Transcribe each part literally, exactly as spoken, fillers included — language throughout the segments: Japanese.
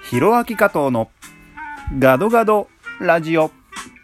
ひろあき加藤のガドガドラジオ。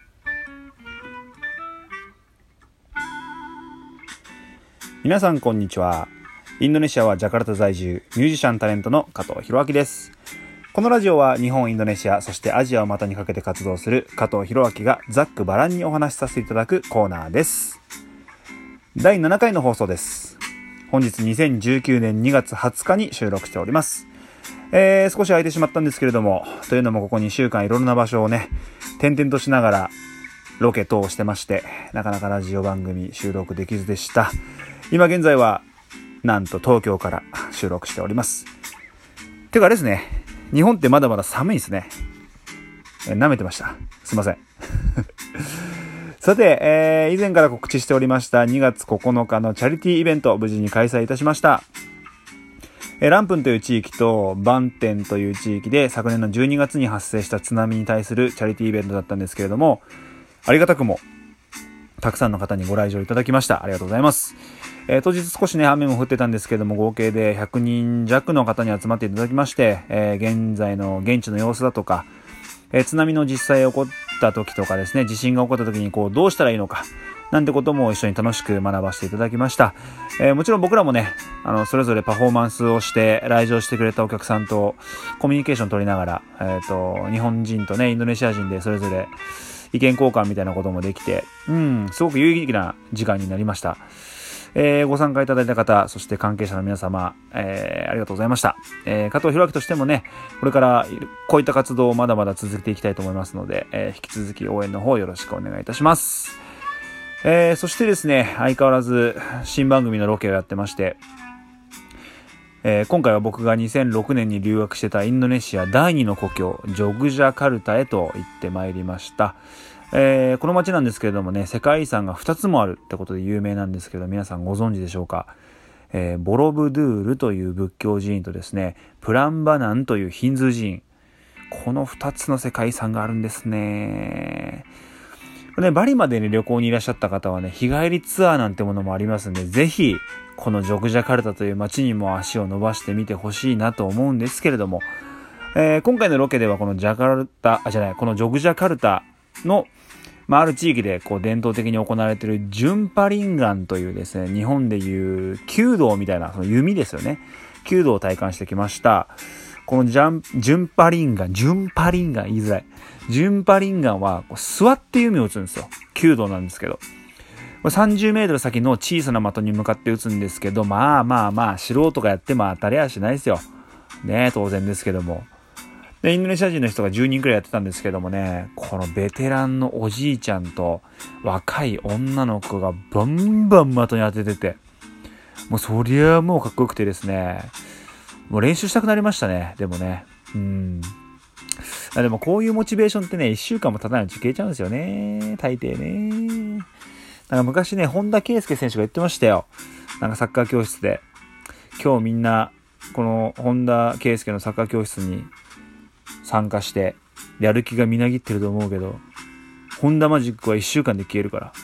皆さんこんにちは。インドネシアはジャカルタ在住、ミュージシャンタレントの加藤ひろあきです。このラジオは日本、インドネシア、そしてアジアを股にかけて活動する加藤ひろあきがざっくばらんにお話しさせていただくコーナーです。だいななかいの放送です。本日にせんじゅうきゅうねんにがつはつかに収録しております。えー、少し空いてしまったんですけれども、というのもここにしゅうかんいろんな場所をね、転々としながらロケ等をしてまして、なかなかラジオ番組収録できずでした。今現在はなんと東京から収録しております。てかあれですね、日本ってまだまだ寒いですね。えー、舐めてました。すいません。さて、えー、以前から告知しておりましたにがつここのかのチャリティーイベント、無事に開催いたしました。えー、ランプンという地域とバンテンという地域で昨年のじゅうにがつに発生した津波に対するチャリティーイベントだったんですけれども、ありがたくもたくさんの方にご来場いただきました。ありがとうございます。えー、当日少しね雨も降ってたんですけれども、合計でひゃくにんじゃくの方に集まっていただきまして、えー、現在の現地の様子だとか、えー、津波の実際起こった時とかですね、地震が起こった時にこうどうしたらいいのかなんてことも一緒に楽しく学ばせていただきました。えー、もちろん僕らもね、あのそれぞれパフォーマンスをして来場してくれたお客さんとコミュニケーション取りながら、えーと、日本人とねインドネシア人でそれぞれ意見交換みたいなこともできて、うん、すごく有意義な時間になりました。えー、ご参加いただいた方、そして関係者の皆様、えー、ありがとうございました。えー、加藤ひろあきとしてもね、これからこういった活動をまだまだ続けていきたいと思いますので、えー、引き続き応援の方よろしくお願いいたします。えー、そしてですね、相変わらず新番組のロケをやってまして、えー、今回は僕がにせんろくねんに留学してたインドネシアだいにの故郷、ジョグジャカルタへと行ってまいりました。えー、この街なんですけれどもね、世界遺産がふたつもあるってことで有名なんですけど、皆さんご存知でしょうか。えー、ボロブドゥールという仏教寺院とですね、プランバナンというヒンズー寺院、このふたつの世界遺産があるんですね。これね、バリまでね旅行にいらっしゃった方はね、日帰りツアーなんてものもありますんで、ぜひこのジョグジャカルタという街にも足を伸ばしてみてほしいなと思うんですけれども、えー、今回のロケではこのジャカルタあじゃないこのジョグジャカルタのまあ、ある地域でこう伝統的に行われているジュンパリンガンというですね、日本でいう弓道みたいなその弓ですよね、弓道を体感してきました。このジャンジュンパリンガンジュンパリンガン言いづらいジュンパリンガンはこう座って弓を打つんですよ。弓道なんですけど、これさんじゅうメートル先の小さな的に向かって打つんですけど、まあまあまあ素人がやっても当たりはしないですよね、当然ですけども。でインドネシア人の人がじゅうにんくらいやってたんですけどもね、このベテランのおじいちゃんと若い女の子がバンバン的に当ててて、もうそりゃもうかっこよくてですね、もう練習したくなりましたね。でもね、うんでもこういうモチベーションってね、いっしゅうかんも経たないうち消えちゃうんですよね、大抵ね。なんか昔ね、本田圭佑選手が言ってましたよ。なんかサッカー教室で、今日みんなこの本田圭佑のサッカー教室に参加してやる気がみなぎってると思うけど、ホンダマジックはいっしゅうかんで消えるから、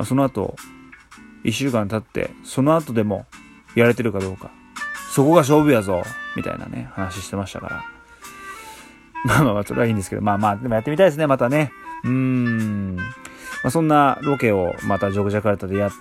その後いっしゅうかん経ってその後でもやれてるかどうか、そこが勝負やぞみたいなね話してましたから、まあまあまあそれはいいんですけど、まあまあでもやってみたいですね、またね。うーん、まあ、そんなロケをまたジョグジャカルタでやって、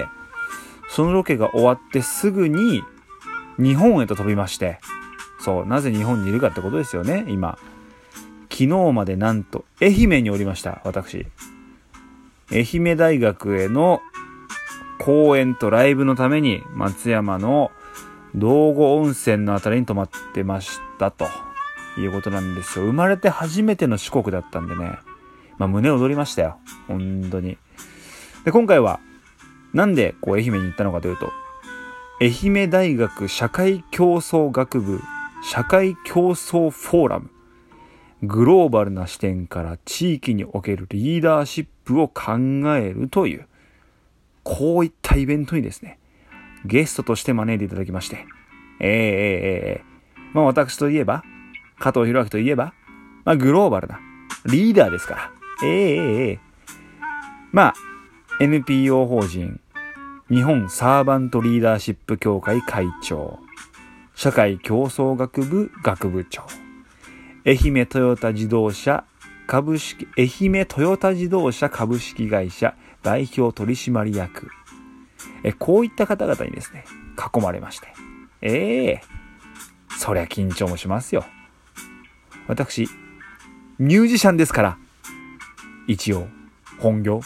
そのロケが終わってすぐに日本へと飛びまして、そう、なぜ日本にいるかってことですよね。今昨日までなんと愛媛におりました。私愛媛大学への講演とライブのために松山の道後温泉のあたりに泊まってましたということなんですよ。生まれて初めての四国だったんでね、まあ胸躍りましたよ本当に。で今回はなんでこう愛媛に行ったのかというと、愛媛大学社会競争学部社会競争フォーラム、グローバルな視点から地域におけるリーダーシップを考えるという、こういったイベントにですね、ゲストとして招いていただきまして、えー、えー、えー、まあ私といえば、加藤ひろあきといえば、まあグローバルなリーダーですから、えー、えー、えー、まあ エヌピーオー 法人日本サーバントリーダーシップ協会会長、 社会競争学部学部長、愛媛トヨタ自動車株式愛媛トヨタ自動車株式会社代表取締役、えこういった方々にですね囲まれまして、ええー、そりゃ緊張もしますよ。私ミュージシャンですから、一応本業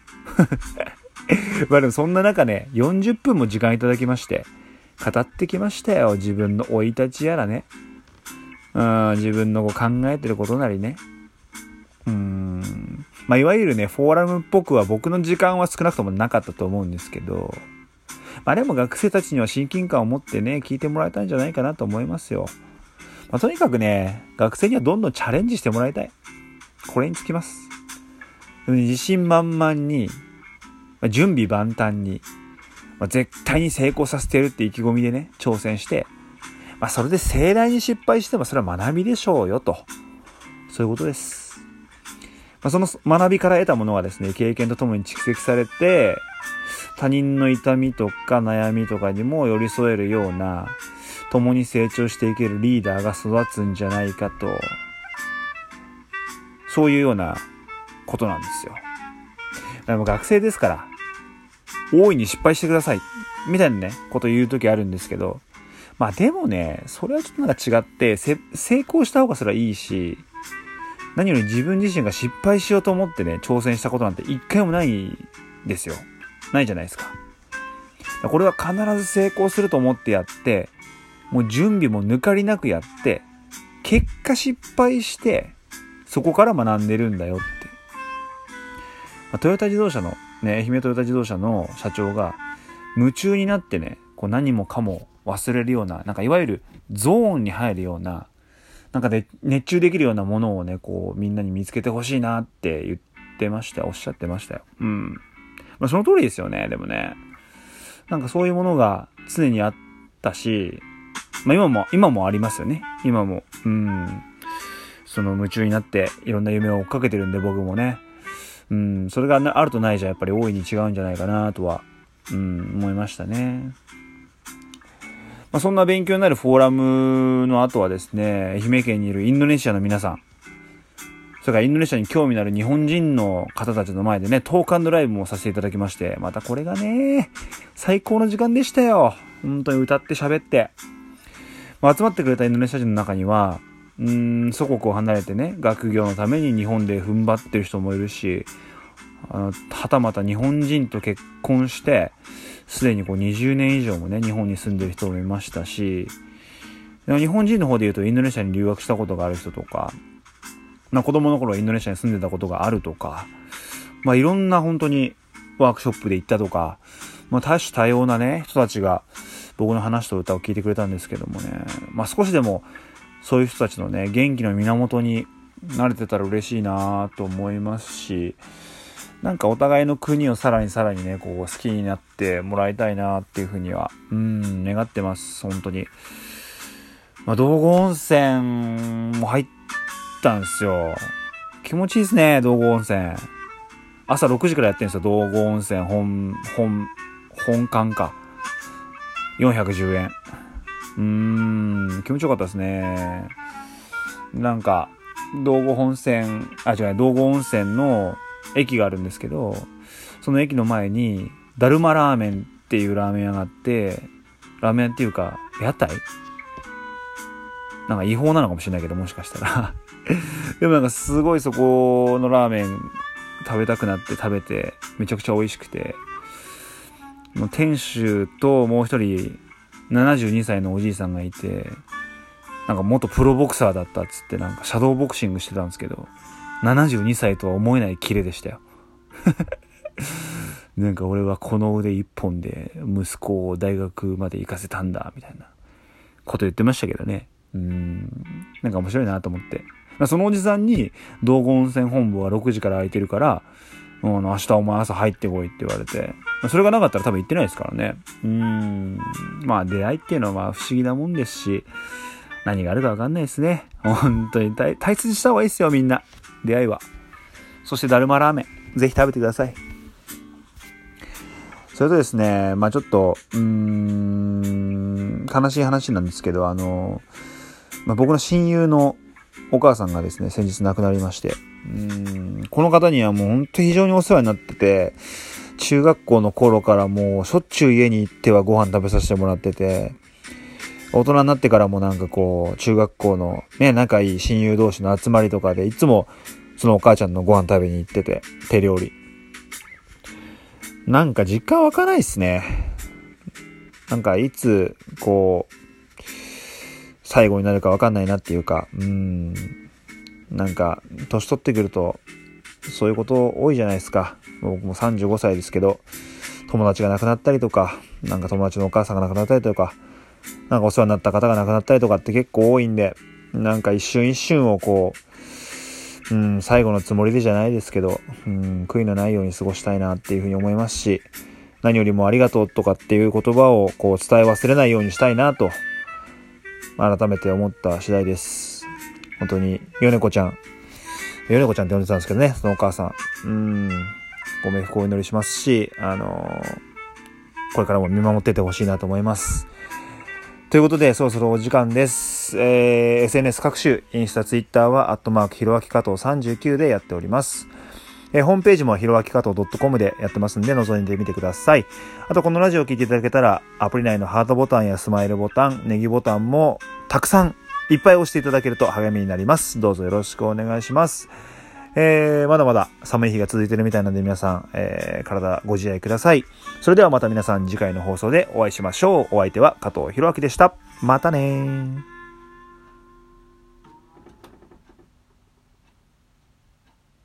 まあでもそんな中ね、よんじゅっぷんも時間いただきまして語ってきましたよ。自分の生い立ちやらね、うん自分のこう考えてることなりね、うーんまあいわゆるねフォーラムっぽくは僕の時間は少なくともなかったと思うんですけど、まあでも学生たちには親近感を持ってね聞いてもらえたんじゃないかなと思いますよ。まあ、とにかくね学生にはどんどんチャレンジしてもらいたい、これにつきます。でもね、自信満々に、まあ、準備万端に、まあ、絶対に成功させてやるって意気込みでね挑戦して、まあ、それで盛大に失敗してもそれは学びでしょうよと、そういうことです。まあ、その学びから得たものはですね経験とともに蓄積されて、他人の痛みとか悩みとかにも寄り添えるような共に成長していけるリーダーが育つんじゃないかと、そういうようなことなんですよ。でも学生ですから大いに失敗してくださいみたいなねことを言う時あるんですけど、まあでもねそれはちょっとなんか違って、成功した方がそれはいいし、何より自分自身が失敗しようと思ってね挑戦したことなんて一回もないですよ。ないじゃないですか。これは必ず成功すると思ってやって、もう準備も抜かりなくやって、結果失敗してそこから学んでるんだよって。まあ、トヨタ自動車のね、愛媛トヨタ自動車の社長が夢中になってね、こう何もかも忘れるような、なんかいわゆるゾーンに入るような、なんかで熱中できるようなものをね、こうみんなに見つけてほしいなって言ってましたよ。おっしゃってましたよ。うん。まあその通りですよね。でもね、なんかそういうものが常にあったし、まあ今も今もありますよね。今も、うん、その夢中になっていろんな夢を追っかけてるんで僕もね、うん、それがあるとないじゃやっぱり大いに違うんじゃないかなとは、うん、思いましたね。まあ、そんな勉強になるフォーラムの後はですね、愛媛県にいるインドネシアの皆さん、それからインドネシアに興味のある日本人の方たちの前でね、トーク&ライブもさせていただきまして、またこれがね、最高の時間でしたよ。本当に歌って喋って。まあ、集まってくれたインドネシア人の中には、うーん、祖国を離れてね、学業のために日本で踏ん張ってる人もいるし、あのはたまた日本人と結婚して、すでにこうにじゅうねん以上もね、日本に住んでる人もいましたし、日本人の方で言うとインドネシアに留学したことがある人とか、まあ、子供の頃インドネシアに住んでたことがあるとか、まあいろんな本当にワークショップで行ったとか、まあ多種多様なね、人たちが僕の話と歌を聞いてくれたんですけどもね、まあ少しでもそういう人たちのね、元気の源になれてたら嬉しいなと思いますし、なんかお互いの国をさらにさらにね、こう好きになってもらいたいなっていうふうには、うん、願ってます、本当に。まあ道後温泉も入ったんですよ。気持ちいいですね、道後温泉。朝ろくじからやってるんですよ、道後温泉本、本、本館か。よんひゃくじゅうえん。うーん、気持ちよかったですね。なんか、道後本線、あ、違う、道後温泉の駅があるんですけど、その駅の前に、だるまラーメンっていうラーメン屋があって、ラーメン屋っていうか、屋台なんか違法なのかもしれないけど、もしかしたら。でもなんかすごいそこのラーメン食べたくなって食べて、めちゃくちゃ美味しくて、店主ともう一人ななじゅうにさいのおじいさんがいて、なんか元プロボクサーだったっつってなんかシャドーボクシングしてたんですけど、ななじゅうにさいとは思えないキレでしたよ。なんか俺はこの腕一本で息子を大学まで行かせたんだみたいなこと言ってましたけどね。うーん、なんか面白いなと思って、そのおじさんに道後温泉本部はろくじから空いてるから、うん、明日お前朝入ってこいって言われて、それがなかったら多分行ってないですからね。うーん、まあ出会いっていうのはまあ不思議なもんですし、何があるか分かんないですね。本当に 大, 大切にした方がいいですよ、みんな。出会いは。そしてだるまラーメンぜひ食べてください。 それとですね、まあちょっと、うーん、悲しい話なんですけど、あの、まあ、僕の親友のお母さんがですね、先日亡くなりまして、うーん、この方にはもう本当に非常にお世話になってて、中学校の頃からもうしょっちゅう家に行ってはご飯食べさせてもらってて、大人になってからもなんかこう、中学校のね、仲いい親友同士の集まりとかでいつもそのお母ちゃんのご飯食べに行ってて、手料理。なんか実感湧かないっすね。なんかいつ、こう、最後になるか分かんないなっていうか、うーん、なんか年取ってくるとそういうこと多いじゃないですか。僕もさんじゅうごさいですけど、友達が亡くなったりとか、なんか友達のお母さんが亡くなったりとか、なんかお世話になった方が亡くなったりとかって結構多いんで、なんか一瞬一瞬をこう、うん、最後のつもりでじゃないですけど、うん、悔いのないように過ごしたいなっていうふうに思いますし、何よりもありがとうとかっていう言葉をこう伝え忘れないようにしたいなと改めて思った次第です。本当に米子ちゃん、米子ちゃんって呼んでたんですけどね、そのお母さん、うーん、ご冥福をお祈りしますし、あのー、これからも見守っててほしいなと思います。ということで、そろそろお時間です。えー、エスエヌエス 各種、インスタ、ツイッターは、アットマーク、ひろあき加藤さんじゅうきゅうでやっております。えー、ホームページもひろあき加藤 .com でやってますんで、覗いてみてください。あと、このラジオを聞いていただけたら、アプリ内のハートボタンやスマイルボタン、ネギボタンも、たくさん、いっぱい押していただけると励みになります。どうぞよろしくお願いします。えー、まだまだ寒い日が続いているみたいなので、皆さん、えー、体ご自愛ください。それではまた皆さん次回の放送でお会いしましょう。お相手は加藤ひろあきでした。またねー。